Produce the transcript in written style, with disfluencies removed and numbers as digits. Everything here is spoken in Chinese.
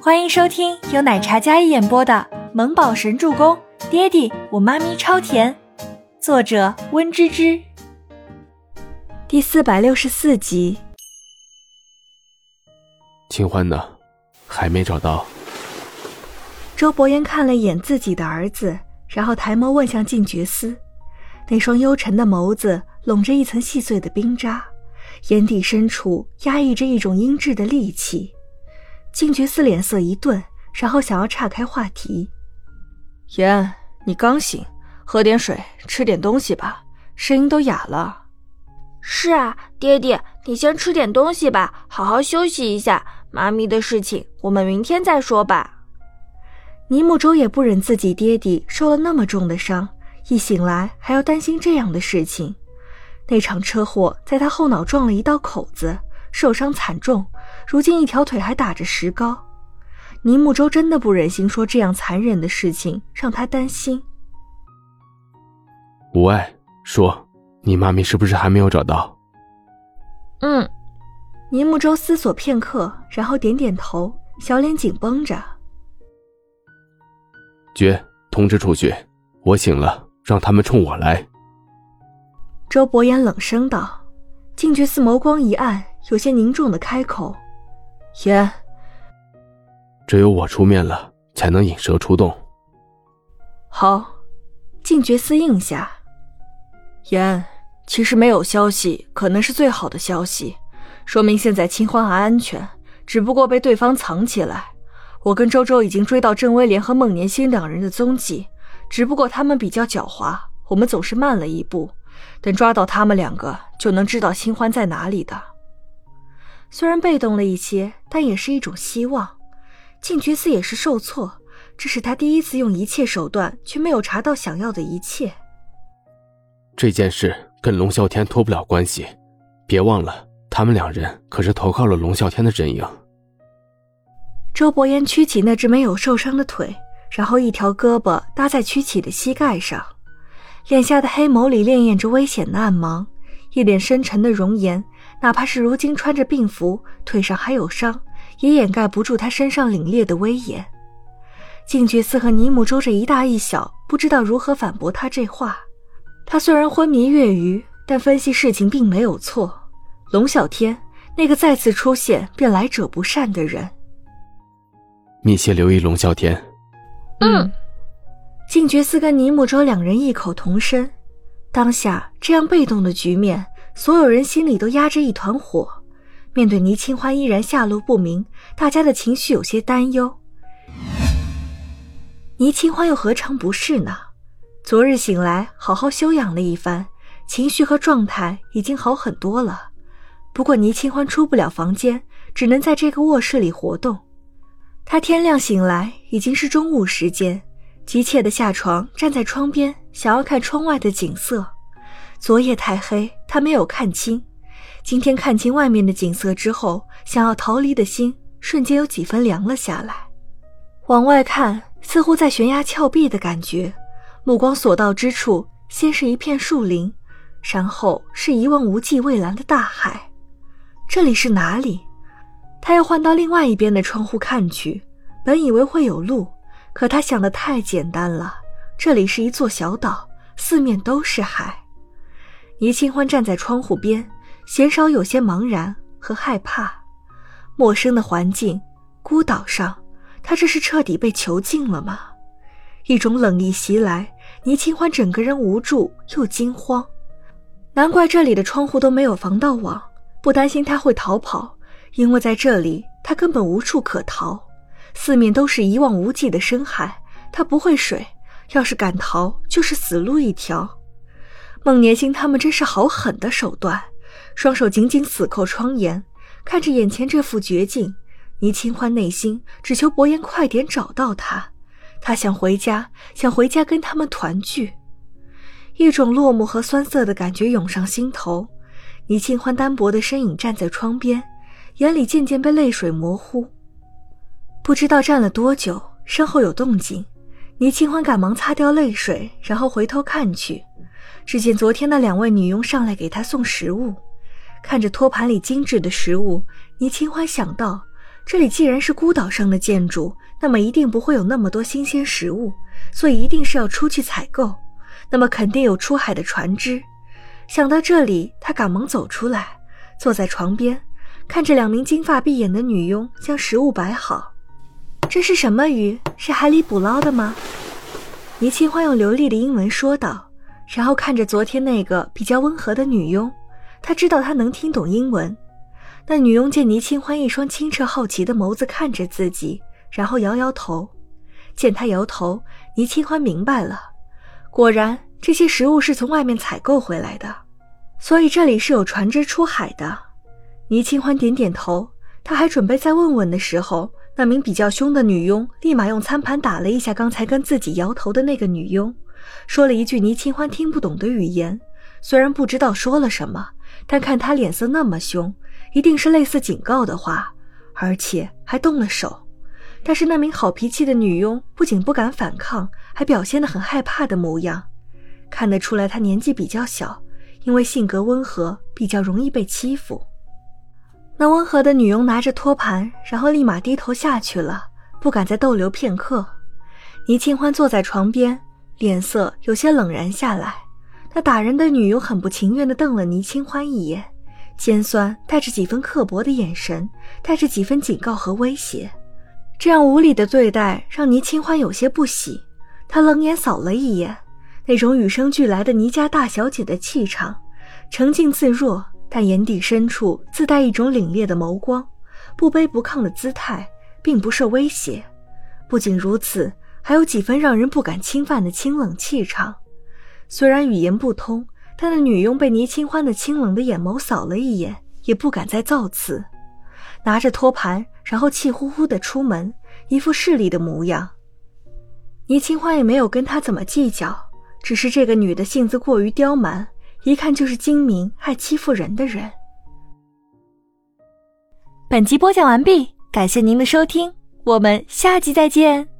欢迎收听由奶茶嘉一演播的《萌宝神助攻》，爹地我妈咪超甜，作者温芝芝。第464集。 清欢呢？还没找到。 周伯言看了一眼自己的儿子，然后抬眸问向静觉司，那双幽沉的眸子笼着一层细碎的冰渣，眼底深处压抑着一种阴鸷的戾气。静觉司脸色一顿，然后想要岔开话题。 言，你刚醒，喝点水，吃点东西吧，声音都哑了。 是啊，爹地，你先吃点东西吧，好好休息一下，妈咪的事情我们明天再说吧。 倪木舟也不忍自己爹地受了那么重的伤，一醒来还要担心这样的事情。那场车祸在他后脑撞了一道口子，受伤惨重，如今一条腿还打着石膏。倪木舟真的不忍心说这样残忍的事情让他担心。 无碍，说，你妈咪是不是还没有找到？ 倪木舟思索片刻，然后点点头，小脸紧绷着。 决，通知出去，我醒了，让他们冲我来。 周伯言冷声道。静觉司眸光一暗，有些凝重的开口： 言， 只有我出面了，才能引蛇出洞。 好。静觉司应下。 言，其实没有消息可能是最好的消息，说明现在清欢还安全，只不过被对方藏起来。我跟周周已经追到郑威廉和孟年星两人的踪迹，只不过他们比较狡猾，我们总是慢了一步，等抓到他们两个就能知道清欢在哪里的。 虽然被动了一些，但也是一种希望。静觉司也是受挫，这是他第一次用一切手段却没有查到想要的一切。 这件事跟龙啸天脱不了关系，别忘了他们两人可是投靠了龙啸天的阵营。 周伯言屈起那只没有受伤的腿，然后一条胳膊搭在屈起的膝盖上，脸下的黑眸里潋滟着危险的暗芒，一脸深沉的容颜，哪怕是如今穿着病服，腿上还有伤，也掩盖不住他身上凛冽的威严。静觉司和倪木舟这一大一小，不知道如何反驳他这话。他虽然昏迷月余，但分析事情并没有错。龙啸天，那个再次出现便来者不善的人。 密切留意龙啸天。 静觉司跟倪木舟两人异口同声。当下这样被动的局面，所有人心里都压着一团火。面对倪清欢依然下落不明，大家的情绪有些担忧。倪清欢又何尝不是呢？昨日醒来好好休养了一番，情绪和状态已经好很多了。不过倪清欢出不了房间，只能在这个卧室里活动。他天亮醒来已经是中午时间，急切地下床，站在窗边想要看窗外的景色。昨夜太黑，他没有看清，今天看清外面的景色之后，想要逃离的心瞬间有几分凉了下来。往外看，似乎在悬崖峭壁的感觉，目光所到之处，先是一片树林，然后是一望无际蔚蓝的大海。这里是哪里？他又换到另外一边的窗户看去，本以为会有路，可他想得太简单了，这里是一座小岛，四面都是海。倪清欢站在窗户边，鲜少有些茫然和害怕。陌生的环境，孤岛上，他这是彻底被囚禁了吗？一种冷意袭来，倪清欢整个人无助又惊慌。难怪这里的窗户都没有防盗网，不担心他会逃跑，因为在这里他根本无处可逃，四面都是一望无际的深海，他不会水，要是敢逃就是死路一条。孟年星他们真是好狠的手段，双手紧紧死扣窗沿，看着眼前这副绝境，倪清欢内心只求伯言快点找到他，他想回家，想回家跟他们团聚。一种落寞和酸涩的感觉涌上心头，倪清欢单薄的身影站在窗边，眼里渐渐被泪水模糊。不知道站了多久，身后有动静，倪清欢赶忙擦掉泪水，然后回头看去，只见昨天那两位女佣上来给他送食物。看着托盘里精致的食物，倪清欢想到， 这里既然是孤岛上的建筑，那么一定不会有那么多新鲜食物，所以一定是要出去采购，那么肯定有出海的船只。想到这里，他赶忙走出来，坐在床边，看着2名金发碧眼的女佣将食物摆好。这是什么鱼？是海里捕捞的吗？倪清欢用流利的英文说道，然后看着昨天那个比较温和的女佣，他知道她能听懂英文。那女佣见倪清欢一双清澈好奇的眸子看着自己，然后摇摇头。见她摇头，倪清欢明白了，果然这些食物是从外面采购回来的，所以这里是有船只出海的。倪清欢点点头，他还准备再问问的时候，那名比较凶的女佣立马用餐盘打了一下刚才跟自己摇头的那个女佣，说了一句倪清欢听不懂的语言，虽然不知道说了什么，但看她脸色那么凶，一定是类似警告的话，而且还动了手。但是那名好脾气的女佣不仅不敢反抗，还表现得很害怕的模样，看得出来她年纪比较小，因为性格温和，比较容易被欺负。那温和的女佣拿着托盘，然后立马低头下去了，不敢再逗留片刻。倪清欢坐在床边，脸色有些冷然下来。那打人的女佣很不情愿地瞪了倪清欢一眼，尖酸带着几分刻薄的眼神，带着几分警告和威胁。这样无理的对待让倪清欢有些不喜，她冷眼扫了一眼，那种与生俱来的倪家大小姐的气场，沉静自若，但眼底深处自带一种凛冽的眸光，不卑不亢的姿态，并不受威胁。不仅如此，还有几分让人不敢侵犯的清冷气场。虽然语言不通，但那女佣被倪清欢的清冷的眼眸扫了一眼，也不敢再造次，拿着托盘，然后气呼呼地出门，一副势利的模样。倪清欢也没有跟她怎么计较，只是这个女的性子过于刁蛮，一看就是精明爱欺负人的人。 本集播讲完毕，感谢您的收听，我们下集再见。